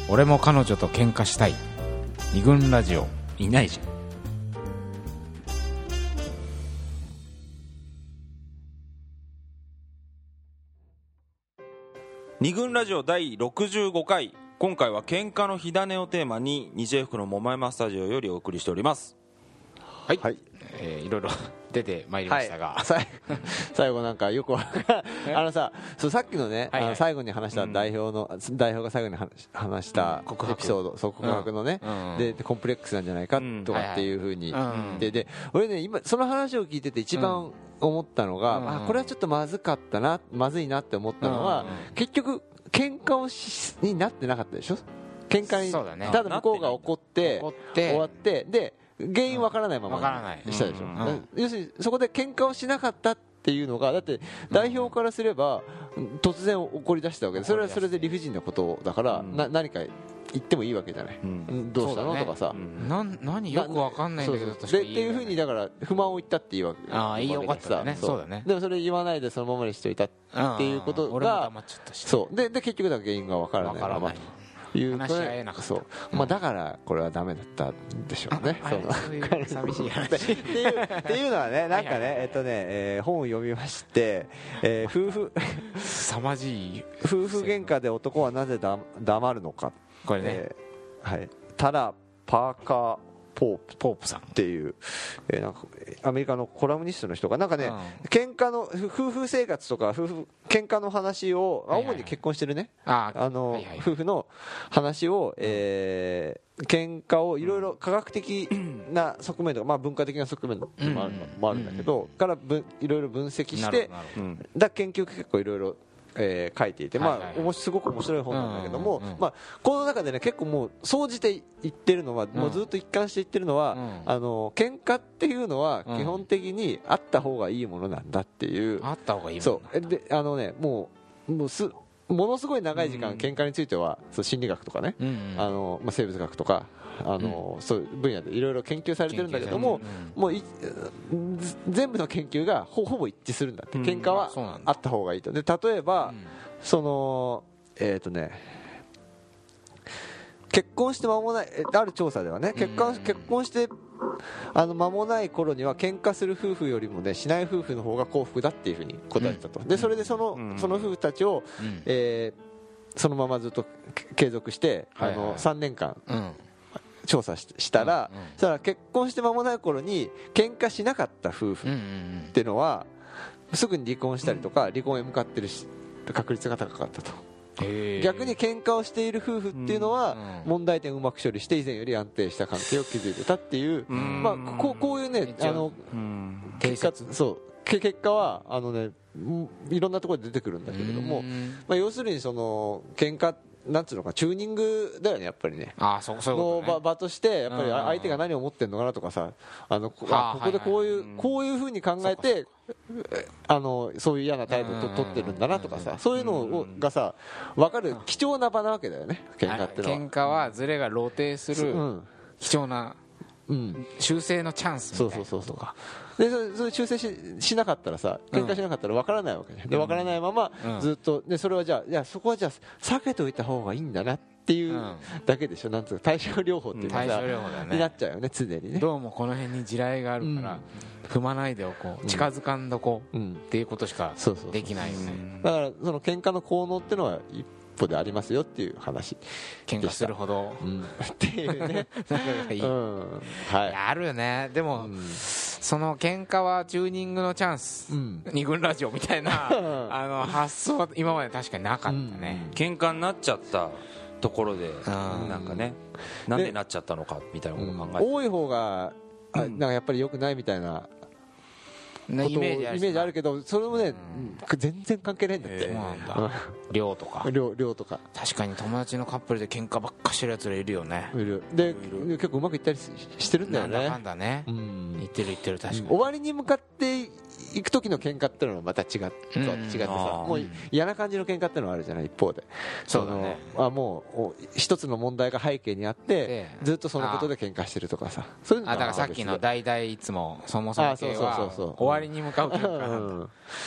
俺も彼女と喧嘩したい。二軍ラジオ。 いないじゃん。二軍ラジオ第65回、今回は喧嘩の火種をテーマに日 F の桃山スタジオよりお送りしております。 はい、いろいろ出てまいりましたが、 最後なんかよくさっきのね、最後に話した代表が最後に話したエピソード、告白のね、でコンプレックスなんじゃないかとかっていうふうにで俺ね、今その話を聞いてて一番思ったのが、これはちょっとまずいなって思ったのは、結局喧嘩になってなかったでしょ。喧嘩にただ向こうが怒って終わって、で原因わからないまましたでしょ。要するにそこで喧嘩をしなかったっていうのが、だって代表からすれば突然怒り出したわけで、それはそれで理不尽なことだから、何か言ってもいいわけじゃない、どうしたのとかさ、 何よくわかんないんだけどっていうふうに、だから不満を言ったっていいわけ。 いいよかったね。そうだね。 でもそれ言わないでそのままにしておいたっていうことが、そうで結局だから原因がわからないまま話し合えなかった。 だからこれはダメだったんでしょうね。 そういう寂しい話っていうのはね、なんかね、本を読みまして、 凄まじい夫婦喧嘩で男はなぜ黙るのか、 これね、 タラ・パーカー・ポープさんっていう、なんかアメリカのコラムニストの人がなんかね、喧嘩の夫婦生活とか喧嘩の話を、主に結婚してるね、夫婦の話を、喧嘩をいろいろ科学的な側面とか、文化的な側面もあるんだけど、からいろいろ分析して、研究結構いろいろ書いていて、すごく面白い本なんだけども、この中でね、結構もう総じて言ってるのは、もうずっと一貫して言ってるのは、喧嘩っていうのは基本的にあった方がいいものなんだっていう。 あった方がいいもの。そうで、ものすごい長い時間、喧嘩については心理学とかね、生物学とかそういう分野でいろいろ研究されてるんだけども、もう全部の研究がほぼ一致するんだって。喧嘩はあった方がいいと。で例えば、結婚して間もない、ある調査ではね、結婚して間もない頃には喧嘩する夫婦よりもね、しない夫婦の方が幸福だっていうふうに答えてたと。でそれでその夫婦たちを、そのままずっと継続して、3年間調査したら、結婚して間もない頃に喧嘩しなかった夫婦っていうのはすぐに離婚したりとか、離婚へ向かってる確率が高かったと。逆に喧嘩をしている夫婦っていうのは問題点をうまく処理して以前より安定した関係を築いてたっていう、こういうね、結果はいろんなところで出てくるんだけれども、要するにその喧嘩なんつうのか、チューニングだよね、やっぱりね。の場として、やっぱり相手が何を思ってるのかなとかさ、ここでこういうふうに考えて、そういう嫌な態度を取ってるんだなとかさ、そういうのがさ分かる貴重な場なわけだよね、喧嘩ってのは。 喧嘩はズレが露呈する貴重な修正のチャンスみたいなことか。 でそれ修正しなかったらさ、喧嘩しなかったら分からないわけで、分からないままずっとで、それはじゃあそこはじゃあ避けておいた方がいいんだなっていうだけでしょ。なんつうか対症療法っていうのがになっちゃうよね、常にね。 どうもこの辺に地雷があるから踏まないでおこう、近づかんどこうっていうことしかできないよね。 だからその喧嘩の効能っていうのは一歩でありますよっていう話。 喧嘩するほどっていうね。 あるよね。でもその喧嘩はチューニングのチャンス、二軍ラジオみたいな発想は今まで確かになかったね。 喧嘩になっちゃったところでなんかね、なんでなっちゃったのかみたいなことを考えて、 多い方がなんかやっぱり良くないみたいなイメージあるけど、それもね、全然関係ないんだって。 そうなんだ。量とか確かに友達のカップルで喧嘩ばっかしてるやつらいるよね。 で結構うまくいったりしてるんだよね。 なんだかんだね、言ってる確かに。 終わりに向かっていく時の喧嘩ってのはまた違ってさ、もう嫌な感じの喧嘩ってのはあるじゃない、一方で。 そうだね。 もう一つの問題が背景にあってずっとそのことで喧嘩してるとかさ、そういうのだからさっきの代々いつもそもそも系は終わりに向かうというか、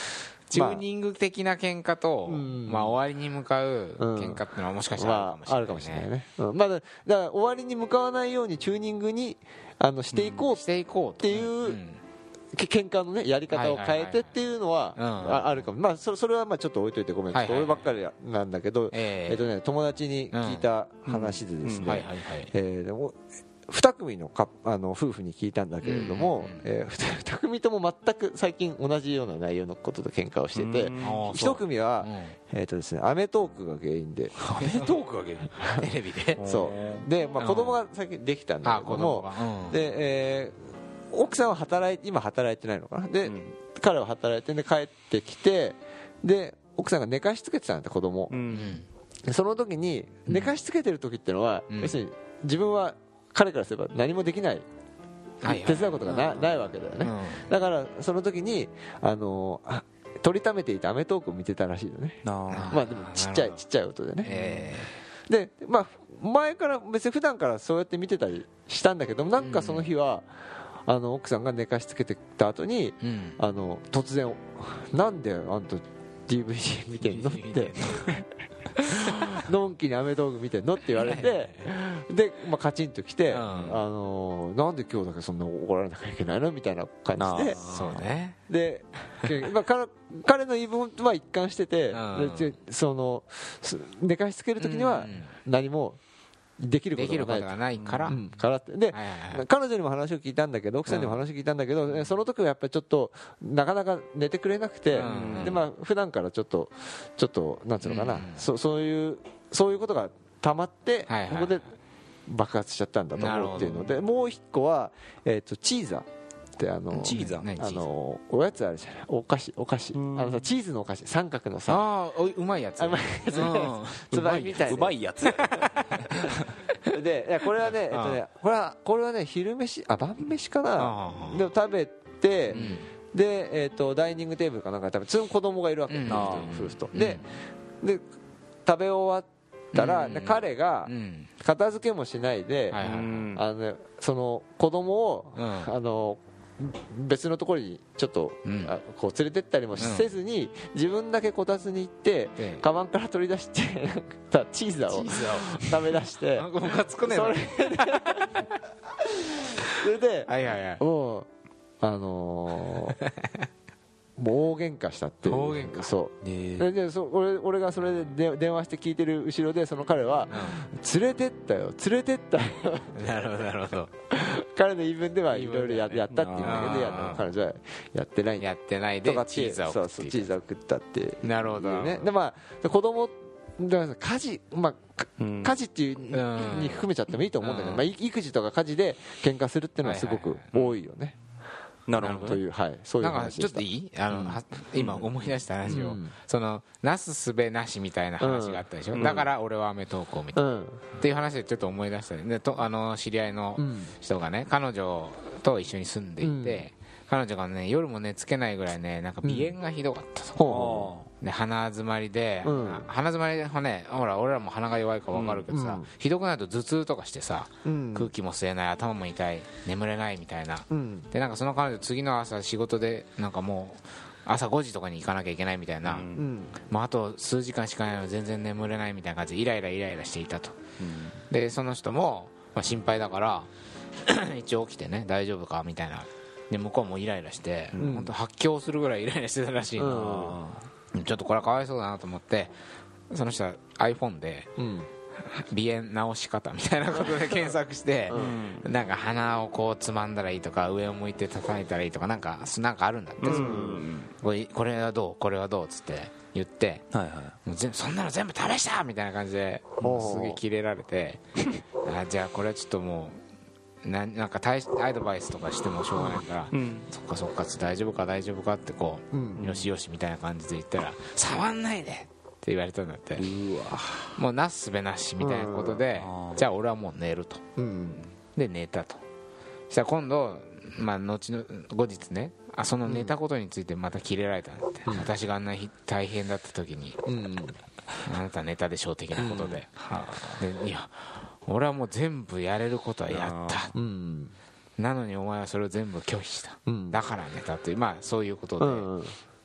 チューニング的な喧嘩と、まあ、終わりに向かう喧嘩っていうのはもしかしたらあるかもしれないね。まあ、だから終わりに向かわないようにチューニングにしていこうっていう喧嘩のねやり方を変えてっていうのはあるかも。まあそれはまあちょっと置いといてごめん、ちょっと俺ばっかりなんだけど、友達に聞いた話でですね、2組の夫婦に聞いたんだけれども、2組とも全く最近同じような内容のことで喧嘩をしてて、1組はですね、アメトークが原因で、 アメトークが原因テレビでそうで、まあ、子供が最近できたんだけども、で奥さんは今働いてないのかなで、彼は働いてで帰ってきて、で奥さんが寝かしつけてたんだって子供、その時に寝かしつけてる時ってのは、要するに自分は彼からすれば何もできない手伝うことがないわけだよね。だからその時に取りためていたアメトークを見てたらしいよね。まあでもちっちゃい音でね、でまあ前から別に普段からそうやって見てたりしたんだけど、なんかその日は奥さんが寝かしつけてた後に突然なんであんた DVD 見てんのってのんきにアメトーク見てんのって言われて、で、まあ、カチンときて、なんで今日だけそんな怒られなきゃいけないのみたいな感じで、 そうね、 で、まあ、彼の言い分は一貫してて、その寝かしつけるときには何もできることがないからってで、彼女にも話を聞いたんだけど、奥さんにも話を聞いたんだけど、その時はやっぱりちょっとなかなか寝てくれなくて、でまあ普段からちょっとなんつうのかな、そういうことがたまって、ここで爆発しちゃったんだと思うっていうので、もう一個はチーザーってチーザーおやつあるじゃない、お菓子チーズのお菓子、三角のさ、 うまいやつ、 つばいみたいなうまいやつで、これはねこれはね昼飯晩飯かなでも食べて、でダイニングテーブルかなんか食べて、その子供がいるわけ、夫婦とで食べ終わったら、彼が片付けもしないで、その子供を別のところにちょっとこう連れてったりもせずに、自分だけこたつに行ってカバンから取り出してチーズを食べ出して、 ムカつくね、 それでもうもう大喧嘩したっていう。そうで俺がそれで電話して聞いてる後ろで、その彼は連れてったよなるほどなるほど彼の言い分ではいろいろやったって言うんだけど、彼女はやってないでチーズを食ったっていう、 なるほどね。でまあ子供家事っていうに含めちゃってもいいと思うんだけど、育児とか家事で喧嘩するっていうのはすごく多いよね。 なるほど、 という、そういう話でした。 ちょっといい今思い出した話を、そのなすすべなしみたいな話があったでしょ、だから俺はアメトークを見たっていう話でちょっと思い出したで、知り合いの人がね、彼女と一緒に住んでいて、彼女がね夜も寝つけないぐらいね、なんか鼻炎がひどかったと、で鼻詰まりで、鼻詰まりはね、ほら俺らも鼻が弱いから分かるけどさ、ひどくなると頭痛とかしてさ、空気も吸えない、頭も痛い、眠れないみたいな、でなんかその彼女次の朝仕事でなんかもう朝5時とかに行かなきゃいけないみたいな、あと数時間しかないのに全然眠れないみたいな感じでイライラしていたと、でその人も、心配だから一応起きてね大丈夫かみたいな、で向こうもイライラして、本当発狂するぐらいイライラしてたらしいの、ちょっとこれはかわいそうだなと思って、その人は iPhone で、鼻炎直し方みたいなことで検索して、なんか鼻をこうつまんだらいいとか、上を向いて叩いたらいいとか、なんかあるんだって、これはどうっつって言って、もうそんなの全部試したみたいな感じで、すげえキレられてじゃあこれはちょっともうなんかアドバイスとかしてもしょうがないから、そっか大丈夫かってこう、よしよしみたいな感じで言ったら、触んないでって言われたんだって。もうなすすべなしみたいなことで、じゃあ俺はもう寝ると、で寝たと。そしたら今度、後日ね、その寝たことについてまたキレられたんだって、私があんな大変だった時に、あなた寝たでしょう的なことで、いや俺はもう全部やれることはやった、なのにお前はそれを全部拒否した、だから寝たという、そういうことで、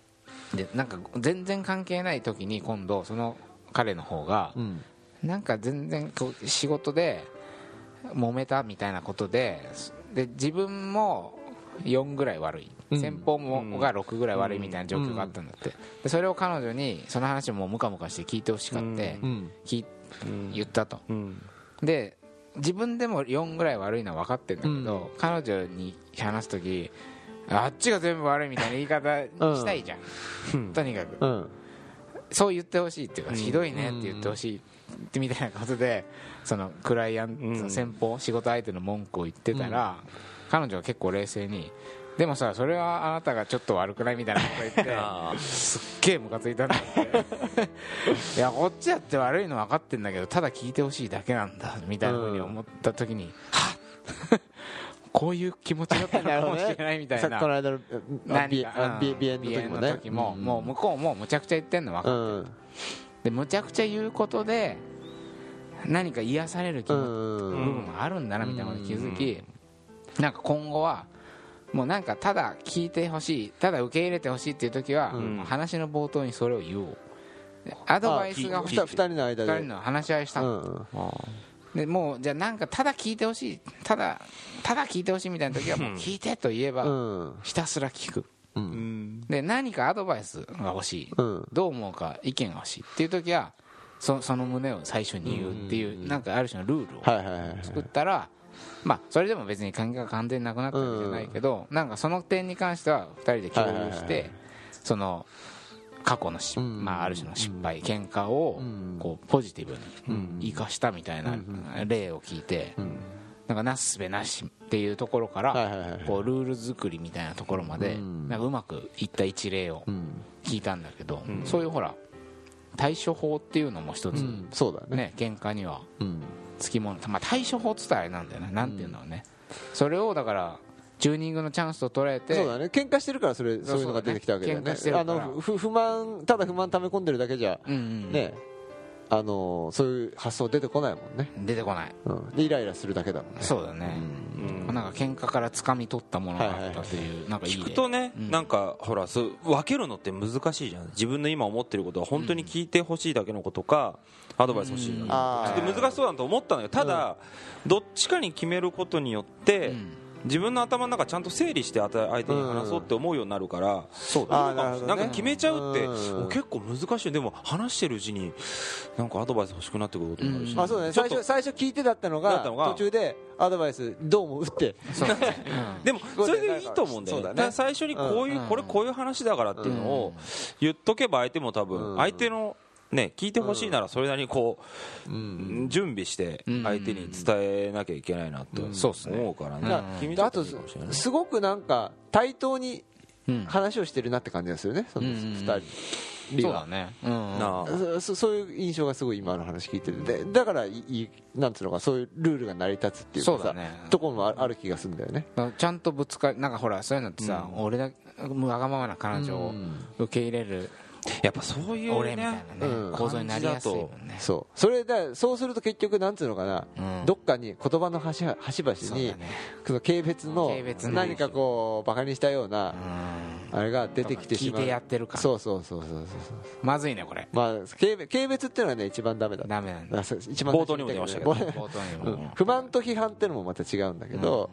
でなんか全然関係ない時に今度その彼の方がなんか全然こう仕事で揉めたみたいなことで自分も4ぐらい悪い、先方もが6ぐらい悪いみたいな状況があったんだって。でそれを彼女にその話をもうムカムカして聞いてほしかって言ったと。で自分でも4ぐらい悪いのは分かってるんだけど、彼女に話す時あっちが全部悪いみたいな言い方したいじゃん、とにかく、そう言ってほしいっていうか、ひどいねって言ってほしいってみたいなことでそのクライアント、先方仕事相手の文句を言ってたら、彼女は結構冷静にでもさそれはあなたがちょっと悪くないみたいなこと言ってすっげえムカついたんだっていやこっちだって悪いの分かってんだけどただ聞いてほしいだけなんだみたいなふうに思った時に、はっこういう気持ちだったのかもしれないみたいなこの間の何か鼻炎の時もね、 もう向こうもむちゃくちゃ言ってんの分かってる、でむちゃくちゃ言うことで何か癒される気持ち部分があるんだなみたいなことに気づき、なんか今後はもうなんかただ聞いてほしい、ただ受け入れてほしいっていう時は、話の冒頭にそれを言おう、アドバイスが欲しい、2人の間で2人の話し合いしたの、でもうじゃあなんかただ聞いてほしい、ただ聞いてほしいみたいな時はもう聞いてと言えばひたすら聞く、で何かアドバイスが欲しい、どう思うか意見が欲しいっていう時はその旨を最初に言うっていう、なんかある種のルールを作ったら、まあそれでも別に関係が完全になくなったわけじゃないけど、なんかその点に関しては2人で共有して、その過去のまあある種の失敗、喧嘩をこうポジティブに生かしたみたいな例を聞いて、なんかなすすべなしっていうところからこうルール作りみたいなところまでなんかうまくいった一例を聞いたんだけど、そういうほら対処法っていうのも一つね、喧嘩にはつきもの、まあ対処法っつったらあれなんだよね、なんていうのね、それをだからチューニングのチャンスと捉えて、 そうだね、喧嘩してるからそういうのが出てきたわけだよね。不満ただ不満溜め込んでるだけじゃね、そういう発想出てこないもんね。 出てこない、 でイライラするだけだもんね。 そうだね、なんか喧嘩から掴み取ったものがあったという、なんかいい聞くとね、なんかほら分けるのって難しいじゃん。自分の今思ってることは本当に聞いてほしいだけのことか、アドバイス欲しいだけのこと、難しそうだと思ったんだけど、ただどっちかに決めることによって自分の頭の中ちゃんと整理して相手に話そうって思うようになるから、そうだ、なんか決めちゃうって結構難しい。でも話してるうちになんかアドバイス欲しくなってくることもあるし、 そうだね、最初聞いてだったのが途中でアドバイスどう思うってでもそれでいいと思うんだよね。最初にこういう話だからっていうのを言っとけば、相手も多分相手のね、聞いてほしいならそれなりにこう、準備して相手に伝えなきゃいけないなと思うからね。 あとすごくなんか対等に話をしてるなって感じがするね、その2人。 そうだね、 そういう印象がすごい今の話聞いてて、だからなんつうのか、そういうルールが成り立つっていうかさ、ところもある気がするんだよね。 ちゃんとぶつかり、なんかほらそういうのってさ、俺だわがままな彼女を受け入れる、 やっぱそういう俺みたいなね、構造になりやすいもんね。 そうすると結局なんつうのかな、どっかに言葉の端々に軽蔑の何かこうバカにしたようなあれが出てきてしまう。 聞いてやってるか、 そうまずいねこれ。 まあ軽蔑っていうのはね一番ダメだ。 一番冒頭にも出ましたけど、 不満と批判っていうのもまた違うんだけど、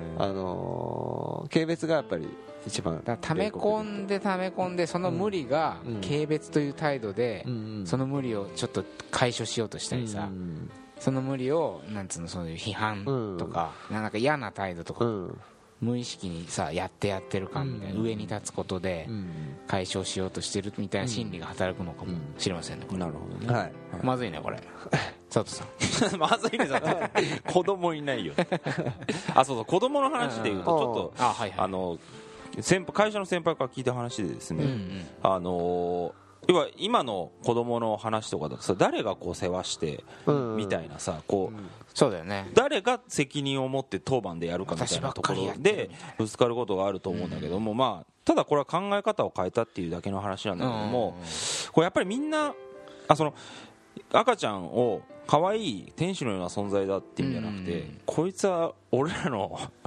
軽蔑がやっぱり一番溜め込んでその無理が軽蔑という態度でその無理をちょっと解消しようとしたりさ、その無理をなんつうの、そういう批判とかなんか嫌な態度とか無意識にさやってる感みたいな、上に立つことで解消しようとしてるみたいな心理が働くのかもしれませんね。 なるほどね。 まずいねこれ。佐藤さんまずいね子供いないよ。そう子供の話でいうとちょっと会社の先輩から聞いた話でですね、要は今の子供の話とかだとさ、誰がこう世話してみたいなさ、こうそうだよね、 誰が責任を持って当番でやるかみたいなところでぶつかることがあると思うんだけども、まあただこれは考え方を変えたっていうだけの話なんだけども、これやっぱりみんなその赤ちゃんを可愛い天使のような存在だっていうんじゃなくて、こいつは俺らの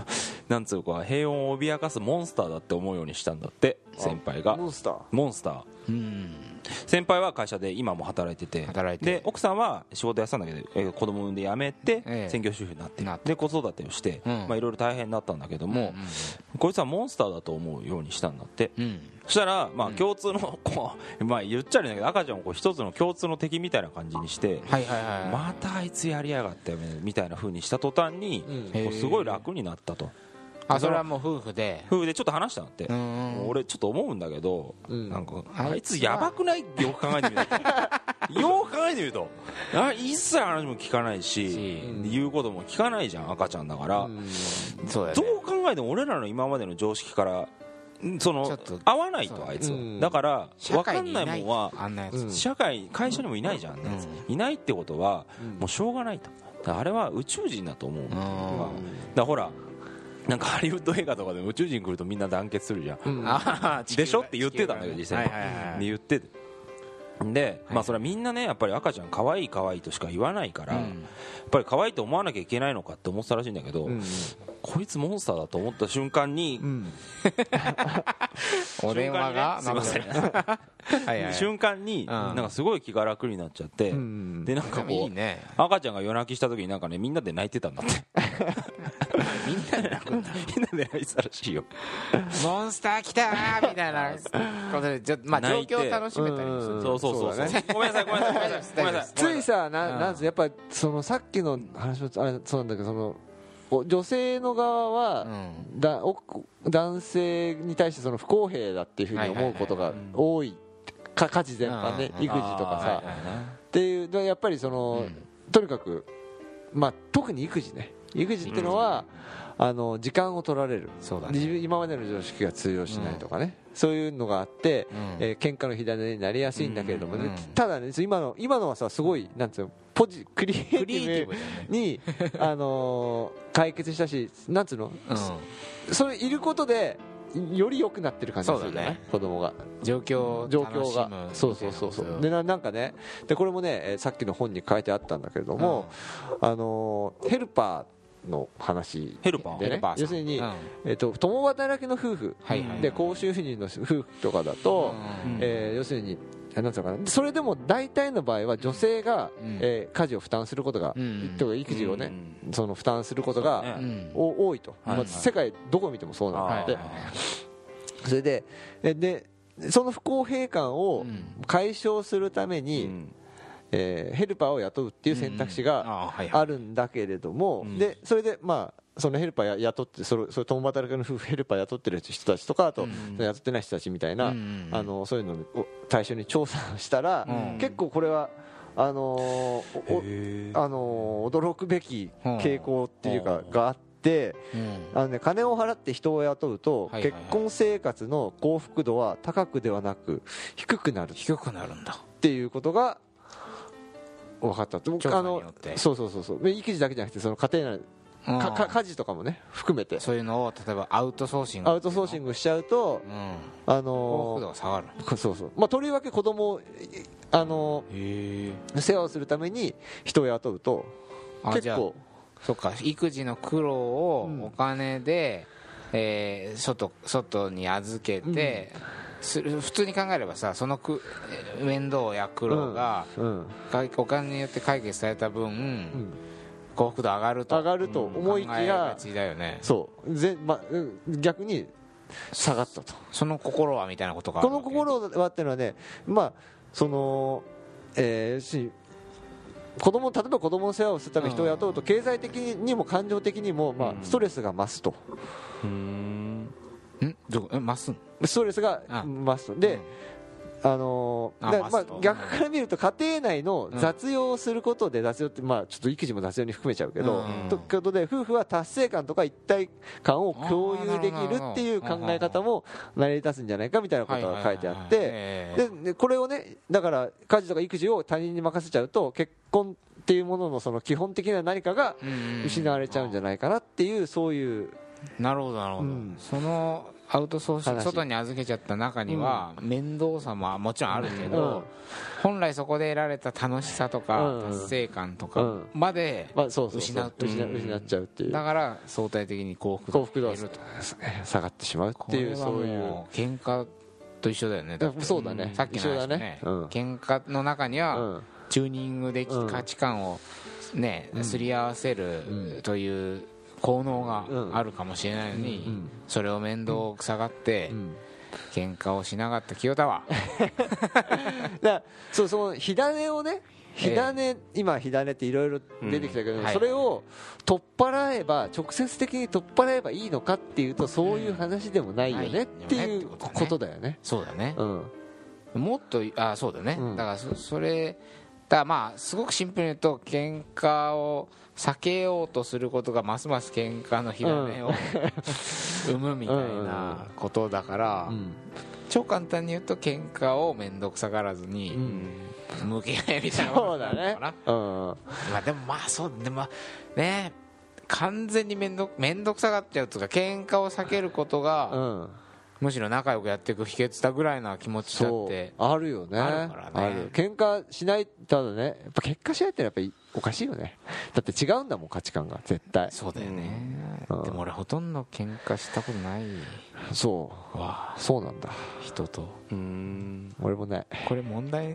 なんつうか平穏を脅かすモンスターだって思うようにしたんだって、先輩が。 モンスター、先輩は会社で今も働いてて、で奥さんは仕事やってたんだけど、子供産んで辞めて専業主婦になって、で子育てをして、いろいろ大変だったんだけども、こいつはモンスターだと思うようにしたんだって。そしたら共通の言っちゃうんだけど、赤ちゃんを一つの共通の敵みたいな感じにして、またあいつやりやがってみたいな風にした途端にすごい楽になったと。 それはもう夫婦でちょっと話したんだって。俺ちょっと思うんだけど、なんかあいつやばくない？よく考えてみるとよく考えてみると一切話も聞かないし、言うことも聞かないじゃん、赤ちゃんだから。どう考えても俺らの今までの常識から合わないと、あいつは。だから分かんないもんは会社にもいないじゃん、いないってことはもうしょうがないと。あれは宇宙人だと思う。だからほらなんかハリウッド映画とかで宇宙人来るとみんな団結するじゃんでしょって言ってたんだけど、実際に言ってて、でそれはみんなね、やっぱり赤ちゃん可愛い可愛いとしか言わないから、やっぱり可愛いと思わなきゃいけないのかって思ってたらしいんだけど、こいつモンスターだと思った瞬間に、 お電話がすいません瞬間になんかすごい気が楽になっちゃって、でなんかこう赤ちゃんが夜泣きした時になんかね、みんなで泣いてたんだってみんなで泣いてたらしいよ。 モンスター来たーみたいなことで状況を楽しめたりもする。 そうごめんなさいついさ、なんやっぱそのさっきの話もあれそうなんだけど、その女性の側は男性に対してその不公平だっていうふうに思うことが多い、家事全般ね、育児とかさっていう。やっぱりそのとにかく特に育児っていうのは時間を取られる、今までの常識が通用しないとかね、そういうのがあって、喧嘩の火種になりやすいんだけれども、ただね、今のはさ、すごいなんつうのクリエイティブに解決したし、なんつうの、それいることでより良くなってる感じがするじゃない、子供が状況がそうでなんかね、でこれもね、さっきの本に書いてあったんだけれども、ヘルパーの話でね、要するに共働きの夫婦で高収入の夫婦とかだと、要するになんていうのかな、それでも大体の場合は女性が家事を負担することが、育児をねその負担することが多いと、世界どこを見てもそうなんで、それでその不公平感を解消するためにヘルパーを雇うっていう選択肢があるんだけれども、でそれでそのヘルパー雇ってそれ共働きの夫婦ヘルパー雇ってる人たちとか、あと雇ってない人たちみたいな、そういうのを対象に調査したら、結構これは驚くべき傾向っていうかがあって、金を払って人を雇うと結婚生活の幸福度は高くではなく低くなるんだっていうことが分かった。そう育児だけじゃなくて、その家庭内家事とかもね含めて、 そういうのを例えばアウトソーシングしちゃうと、 幸福度が下がる。 とりわけ子供を世話をするために人を雇うと結構、 そっか、育児の苦労をお金で外に預けて、普通に考えればさ、その面倒や苦労がお金によって解決された分、幸福度上がると思いきや、逆に下がったと。 その心はみたいなことがある。この心はっていうのはね、例えば子供の世話をするために人を雇うと、経済的にも感情的にもストレスが増すと。ストレスが増すで、逆から見ると家庭内の雑用をすることで、雑用ってちょっと育児も雑用に含めちゃうけど、ということで夫婦は達成感とか一体感を共有できるっていう考え方も成り立つんじゃないかみたいなことが書いてあって、でこれをね、だから家事とか育児を他人に任せちゃうと、結婚っていうもののその基本的な何かが失われちゃうんじゃないかなっていう、そういう。 なるほど、そのアウトソーシング外に預けちゃった中には面倒さももちろんあるけど、本来そこで得られた楽しさとか達成感とかまで失っちゃうっていう。 だから相対的に幸福度が下がってしまうっていう、そういう喧嘩と一緒だよね。 そうだね、 さっきの話ね、喧嘩の中にはチューニングで価値観をねすり合わせるという効能があるかもしれないのに、それを面倒くさがって喧嘩をしなかった清田はだその火種をね、今火種っていろいろ出てきたけど、それを取っ払えば、直接的に取っ払えばいいのかっていうと、そういう話でもないよねっていうことだよね。 そうだね、もっとそうだね、だからそれだ、まあすごくシンプルに言うと、喧嘩を避けようとすることがますます喧嘩の火種を生むみたいなことだから、超簡単に言うと喧嘩を面倒くさがらずに向き合えみたいなことなのかな。でもそうでもね、完全に面倒くさがっちゃうとか、喧嘩を避けることがむしろ仲良くやっていく秘訣だぐらいな気持ちだってあるよね。 あるからね。 喧嘩しない、ただね、やっぱ喧嘩しないってやっぱりおかしいよね。だって違うんだもん、価値観が絶対。 そうだよね、でも俺ほとんど喧嘩したことない。 そうなんだ、 人と。 俺もない。 これ問題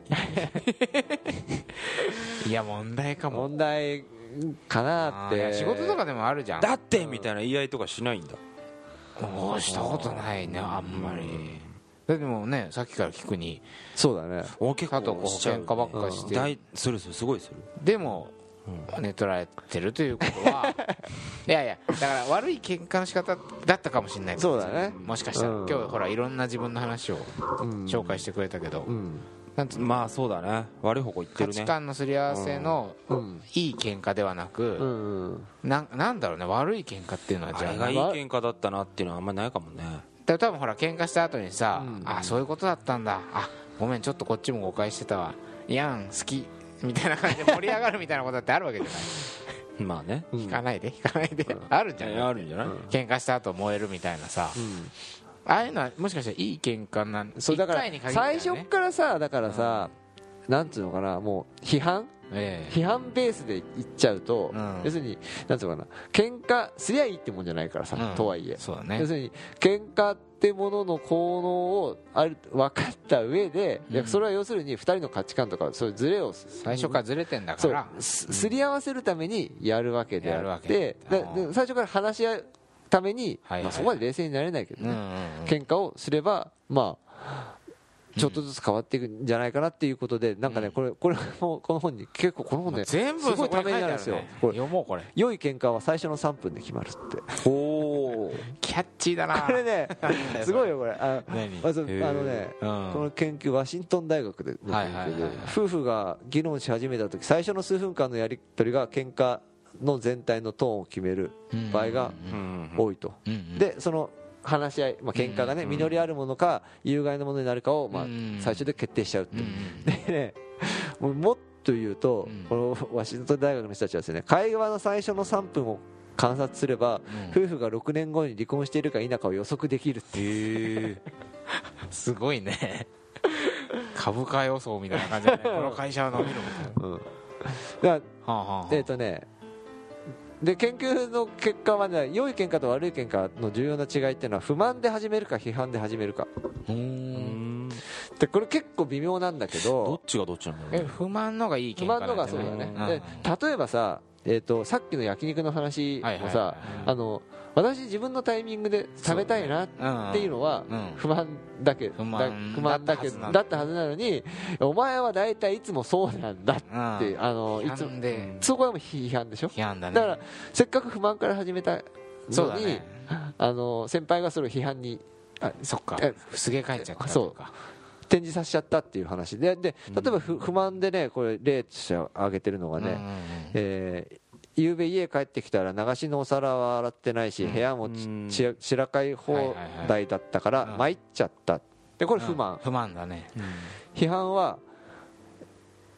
いや問題かも。 問題かなって。 仕事とかでもあるじゃん。 だってみたいな言い合いとかしないんだ。 したことないね、あんまり。でもね、さっきから聞くに、 そうだね、 結構喧嘩ばっかしてすごいする。 でも寝取られてるということはいやだから悪い喧嘩の仕方だったかもしれない。 そうだね、 もしかしたら今日ほらいろんな自分の話を紹介してくれたけど、 まあそうだね、悪い方向行ってるね。 価値観のすり合わせのいい喧嘩ではなく、なんだろうね、悪い喧嘩っていうのは、じゃああれがいい喧嘩だったなっていうのはあんまりないかもね。 多分ほら喧嘩した後にさ、そういうことだったんだ、ごめんちょっとこっちも誤解してたわ、いやん好きみたいな感じで盛り上がるみたいなことだってあるわけじゃないまあね、 引かないであるんじゃない、喧嘩した後燃えるみたいなさ、ああいうのはもしかしたらいい喧嘩なん、 そうだから最初からさ、だからさ、なんつうのかな、もう批判ベースで言っちゃうと、要するになんつうのかな、喧嘩すりゃいいってもんじゃないからさ、とはいえ、要するに喧嘩ってものの効能を分かった上で、それは要するに2人の価値観とかそういうズレを最初からずれてんだから、 すり合わせるためにやるわけであって、最初から話し合うために、そこまで冷静になれないけどね、喧嘩をすればまあちょっとずつ変わっていくんじゃないかなっていうことで、なんかね、これもこの本に結構この本ね全部すごいためになるんですよ。 読もうこれ。 良い喧嘩は最初の3分で決まるって。 キャッチーだな。 これねすごいよこれ。まずね、この研究ワシントン大学での研究で、夫婦が議論し始めた時、最初の数分間のやり取りが喧嘩の全体のトーンを決める場合が多いと。でその話し合い、喧嘩がね、実りあるものか有害なものになるかを最初で決定しちゃうって。でね、もっと言うと、このワシントン大学の人たちはですね、会話の最初の3分を観察すれば、夫婦が6年後に離婚しているか否かを予測できるっていう。 すごいね。株価予想みたいな感じで、この会社は伸びるみたいな。で研究の結果はね、良い喧嘩と悪い喧嘩の重要な違いっていうのは、不満で始めるか批判で始めるかで、これ結構微妙なんだけど、 どっちがどっちなんだろう。 不満のがいい喧嘩なんじゃない？ 不満のがそうだね。で例えばさ、さっきの焼肉の話もさ、私自分のタイミングで食べたいなっていうのは不満だったはずなのに、お前は大体いつもそうなんだっていつもそこはもう批判でしょ。だからせっかく不満から始めたのに、先輩がそれを批判にすげ替えちゃったとか展示させちゃったっていう話で、例えば不満でね、これ例として挙げてるのがね、ゆうべ家帰ってきたら流しのお皿は洗ってないし、部屋も散らかい放題だったから参っちゃった。でこれ不満だね。 批判は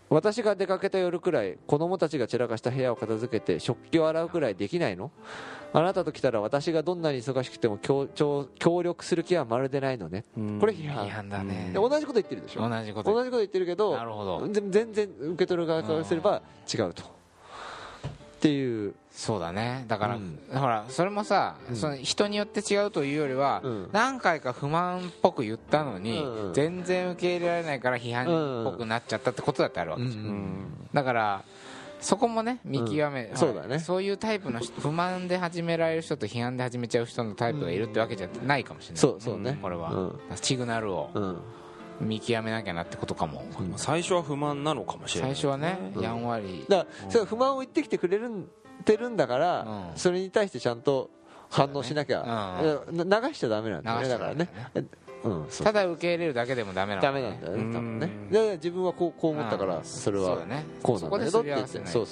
私が出かけた夜くらい子供たちが散らかした部屋を片付けて食器を洗うくらいできないの？あなたと来たら私がどんなに忙しくても協力する気はまるでないのね。これ批判だね。 同じこと言ってるでしょ。 同じこと言ってるけど、 なるほど、 全然受け取る側からすれば違うとっていう。 そうだね。だから、ほらそれもさ、その人によって違うというよりは、何回か不満っぽく言ったのに、全然受け入れられないから批判っぽくなっちゃったってことだってあるわけですよ、だからそこもね見極め、 そうだね。 そういうタイプの不満で始められる人と批判で始めちゃう人のタイプがいるってわけじゃないかもしれない。 そうね。 これは、シグナルを見極めなきゃなってことかも。 最初は不満なのかもしれない。 最初はね、やんわり。 だからそれ不満を言ってきてくれてるんだから、それに対してちゃんと反応しなきゃ、流しちゃダメなんだよね。だからね。 ただ受け入れるだけでもダメなんだよね。 多分ね。で自分はこう思ったからそれはこうなんだけどって言って、そう。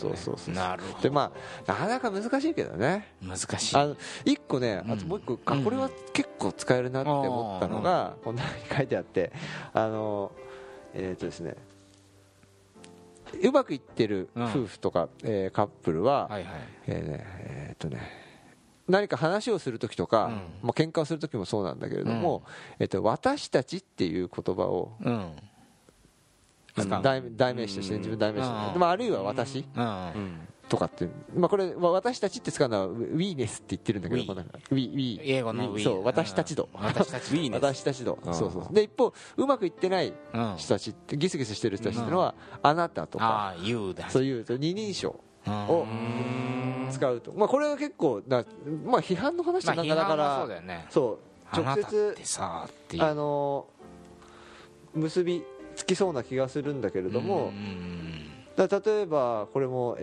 なるほど。 でまあなかなか難しいけどね。 難しい。 一個ね、あともう一個これは結構使えるなって思ったのがこんなに書いてあって、ですね。うまくいってる夫婦とかカップルは何か話をするときとか、喧嘩をするときもそうなんだけれども、私たちっていう言葉を代名詞として自分代名詞として、あるいは私とかって、これ私たちって使うのはウィーネスって言ってるんだけど、 英語のウィー、 そう私たち度、私たち度、そうで一方うまくいってない人たちってギスギスしてる人たちっていうのはあなたとか、そういう二人称を使うと、これは結構批判の話なんかだから、そう直接結びつきそうな気がするんだけれども、例えばこれも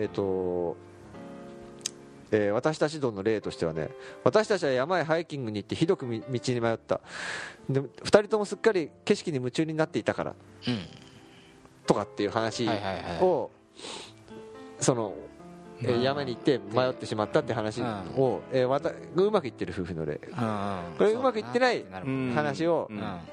私たち道の例としてはね、私たちは山へハイキングに行ってひどく道に迷った、で2人ともすっかり景色に夢中になっていたから、とかっていう話を、その山に行って迷ってしまったって話を、うまくいってる夫婦の例、これうまくいってない話を、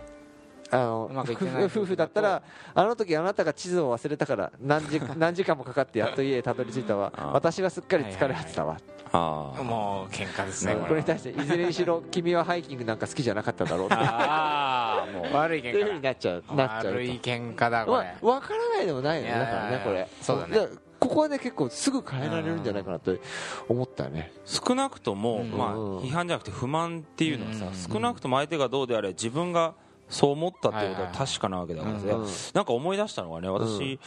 夫婦だったら、あの時あなたが地図を忘れたから何時間もかかってやっと家へたどり着いたわ、私はすっかり疲れ果てたわ、 もう喧嘩ですね。 これに対していずれにしろ君はハイキングなんか好きじゃなかっただろうって悪い喧嘩、 そういうふうになっちゃう悪い喧嘩だこれ。 分からないでもないよね。だからねこれ、 そうだね。 ここはね結構すぐ変えられるんじゃないかなと思ったよね。 少なくとも批判じゃなくて不満っていうのはさ、少なくとも相手がどうであれ自分がそう思ったっていうことは確かなわけだからさ、なんか思い出したのがね、私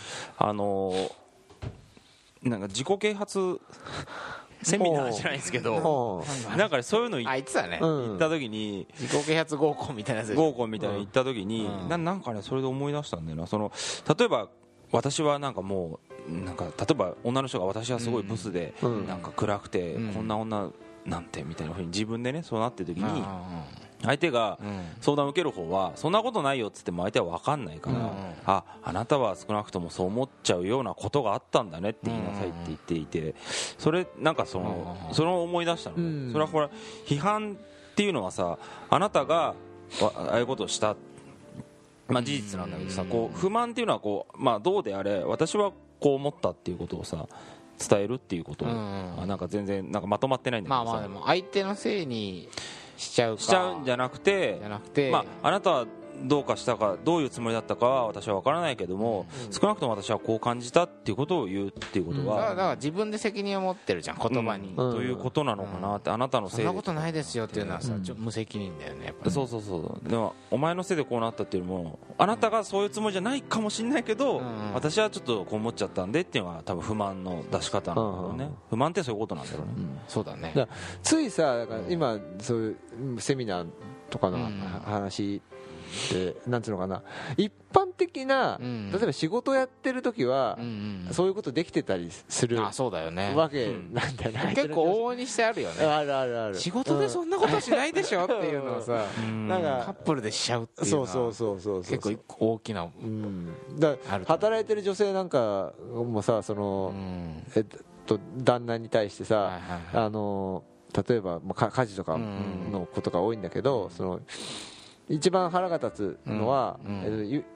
なんか自己啓発セミナーじゃないですけど、なんかそういうの行った時に自己啓発合コンみたいなやつ、 合コンみたいなの行った時になんかねそれで思い出したんだよな。例えば私はなんかもうなんか例えば女の人が私はすごいブスでなんか暗くてこんな女なんてみたいなふうに自分でねそうなってる時に、相手が相談を受ける方はそんなことないよっつっても相手は分かんないから、あなたは少なくともそう思っちゃうようなことがあったんだねって言いなさいって言っていて、それなんかその思い出したのね。それはほら批判っていうのはさ、あなたがああいうことをした事実なんだけどさ、こう不満っていうのはこう、どうであれ私はこう思ったっていうことをさ伝えるっていうことを、なんか全然なんかまとまってないんだけどさ、 でも相手のせいにしちゃうんじゃなくて、あなたはどうかしたかどういうつもりだったかは私は分からないけども、少なくとも私はこう感じたっていうことを言うっていうことは、 だから自分で責任を持ってるじゃん言葉に、 ということなのかなって。あなたのせいでそんなことないですよっていうのはさ、無責任だよねやっぱり。 そうでもお前のせいでこうなったっていうのも、あなたがそういうつもりじゃないかもしれないけど、私はちょっとこう思っちゃったんでっていうのが多分不満の出し方なんだろうね。不満ってそういうことなんだろうね。 そうだね。 ついさ今そういうセミナーとかの話でなんていうのかな、一般的な、例えば仕事やってる時は、そういうことできてたりするわけなんだよね。 結構往々にしてあるよね。 ある仕事でそんなことしないでしょっていうのをさ、なんかカップルでしちゃうっていうのはそう結構一個大きな、 働いてる女性なんかもさ、その旦那に対してさ、例えば家事とかのことが多いんだけど、その一番腹が立つのは、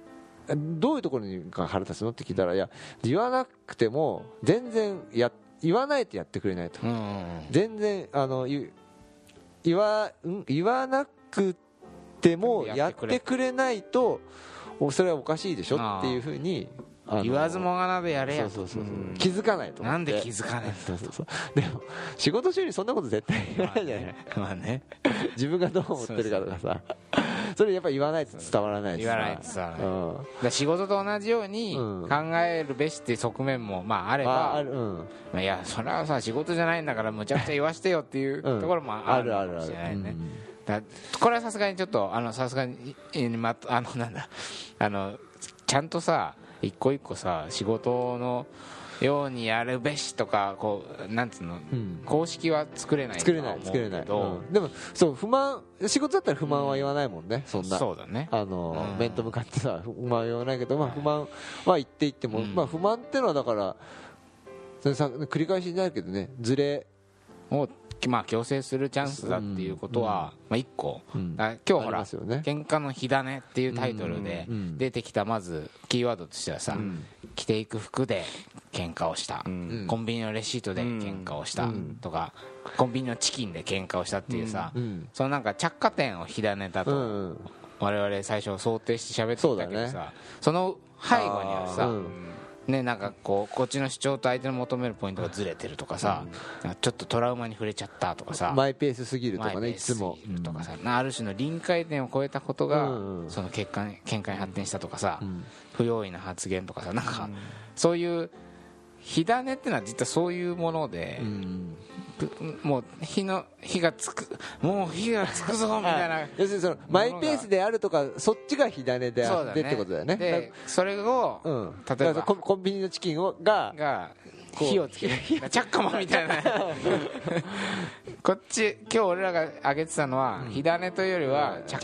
どういうところに腹立つのって聞いたら、いや言わなくても全然言わないとやってくれないと、全然言わなくてもやってくれないとそれはおかしいでしょっていうふうに言わずもがなでやれや、 そう気づかないと思って、 なんで気づかないでも仕事中にそんなこと絶対言わないじゃない、 まあね自分がどう思ってるかとかさ、それやっぱり言わないと伝わらないしさ、 言わないと伝わらない、仕事と同じように考えるべしっていう側面もまああれば、いやそれはさ仕事じゃないんだからむちゃくちゃ言わしてよっていうところもあるかもしれないね。これはさすがにちょっとさすがになんだちゃんとさ一個一個さ仕事のようにやるべしとかこうなんつうの、公式は作れないと思うけど、 でもそう不満仕事だったら不満は言わないもんね、そんなそうだね、 面と向かってさ不満は言わないけど、不満は言っていっても、不満っていうのはだからそれさ繰り返しになるけどね、ズレを強制するチャンスだっていうことは一個、今日ほら喧嘩の火種っていうタイトルで出てきたまずキーワードとしてはさ、着ていく服で喧嘩をした、コンビニのレシートで喧嘩をしたとか、コンビニのチキンで喧嘩をしたっていうさ、そのなんか着火点を火種だと我々最初想定して喋ってたけどさ、その背後にはさね、なんかこっちの主張と相手の求めるポイントがずれてるとかさ、ちょっとトラウマに触れちゃったとかさ、 マイペースすぎるとかね、いつもとかさ、ある種の臨界点を超えたことがその喧嘩に発展したとかさ、不用意な発言とかさ、なんかそういう火種ってのは実はそういうもので、もう火がつくもう火がつくぞみたいな要するにそのマイペースであるとかそっちが火種であってってことだよね。 でそれを、例えばコンビニのチキンが火をつけるチャッカマンみたいなこっち今日俺らが挙げてたのは火種というよりは着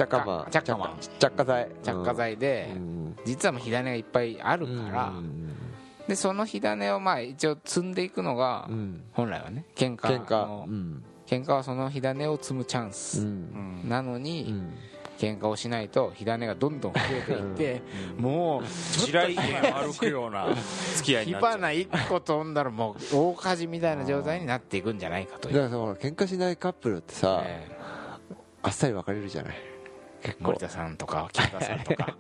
火剤で、実はもう火種がいっぱいあるから、でその火種を一応積んでいくのが本来はね、喧嘩はその火種を積むチャンスなのに、喧嘩をしないと火種がどんどん増えていってもう地雷原を歩くような付き合いになっちゃう、 火花1個飛んだらもう大火事みたいな状態になっていくんじゃないかという。 だから喧嘩しないカップルってさ、あっさり別れるじゃない、 結構森田さんとか木田さんとか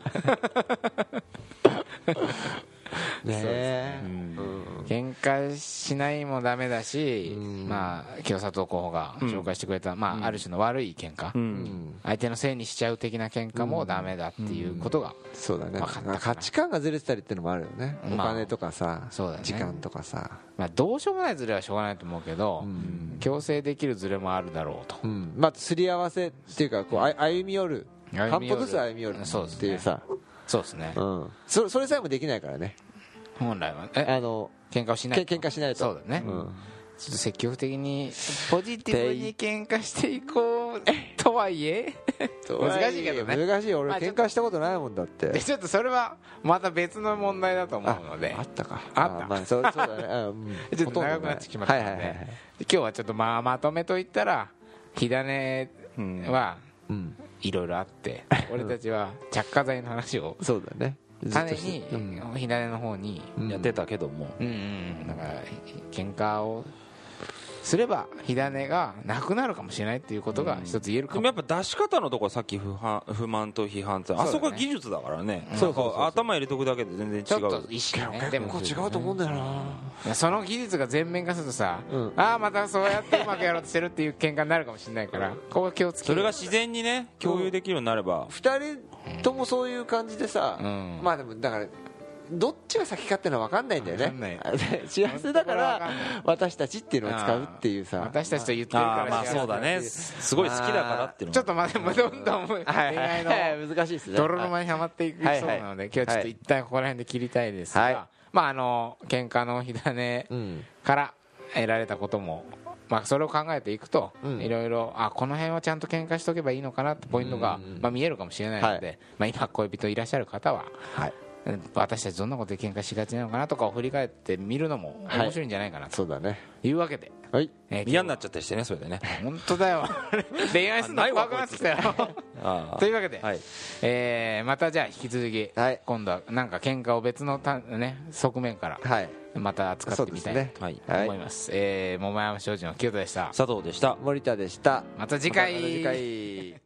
喧嘩しないもダメだし、清里候補が紹介してくれた、ある種の悪い喧嘩、相手のせいにしちゃう的な喧嘩もダメだっていうことがそうだね、価値観がずれてたりっていうのもあるよね、お金とかさ、時間とかさ、 どうしようもないズレはしょうがないと思うけど、強制できるズレもあるだろうと、 すり合わせっていうか歩み寄る、半歩ずつ歩み寄るっていうさ、 そうですね、 それさえもできないからね、 本来は喧嘩をしないと、 喧嘩しないと、 そうだね、ちょっと積極的にポジティブに喧嘩していこうとはいえ難しいけどね、 難しい、俺喧嘩したことないもんだって。 でちょっとそれはまた別の問題だと思うので、 あったか、 そうだねちょっと長くなってきましたので、今日はちょっとまとめといったら、火種はいろいろあって、俺たちは着火剤の話をそうだね、 種に火種の方にやってたけども、 だから喧嘩をすれば火種がなくなるかもしれないっていうことが一つ言えるかも。 でもやっぱ出し方のところ、さっき不満と批判ってあそこは技術だからね、頭入れとくだけで全然違う、 ちょっと意識ね、でも違うと思うんだよな、 その技術が全面化するとさ、またそうやってうまくやろうとしてるっていう喧嘩になるかもしれないから、ここは気をつける。 それが自然にね共有できるようになれば、 2人ともそういう感じでさ、でもだからどっちが先かっていうのは分かんないんだよね幸せだから私たちっていうのを使うっていうさ、 私たちと言ってるからそうだね、すごい好きだからっていうのちょっとどんどん恋愛の難しいですね、 泥沼にはまっていくそうなので、今日はちょっと一旦ここら辺で切りたいですが、喧嘩の火種から得られたことも、それを考えていくといろいろこの辺はちゃんと喧嘩しとけばいいのかなってポイントが見えるかもしれないので、今恋人いらっしゃる方は私たちどんなことで喧嘩しがちなのかなとかを振り返ってみるのも面白いんじゃないかなというわけで、 嫌になっちゃったりしてね、それでね。 本当だよ恋愛するの怖くなってきたよというわけで、またじゃあ引き続き今度はなんか喧嘩を別の側面からまた扱ってみたいと思います。桃山商事の清田でした。 佐藤でした。 森田でした。 また次回。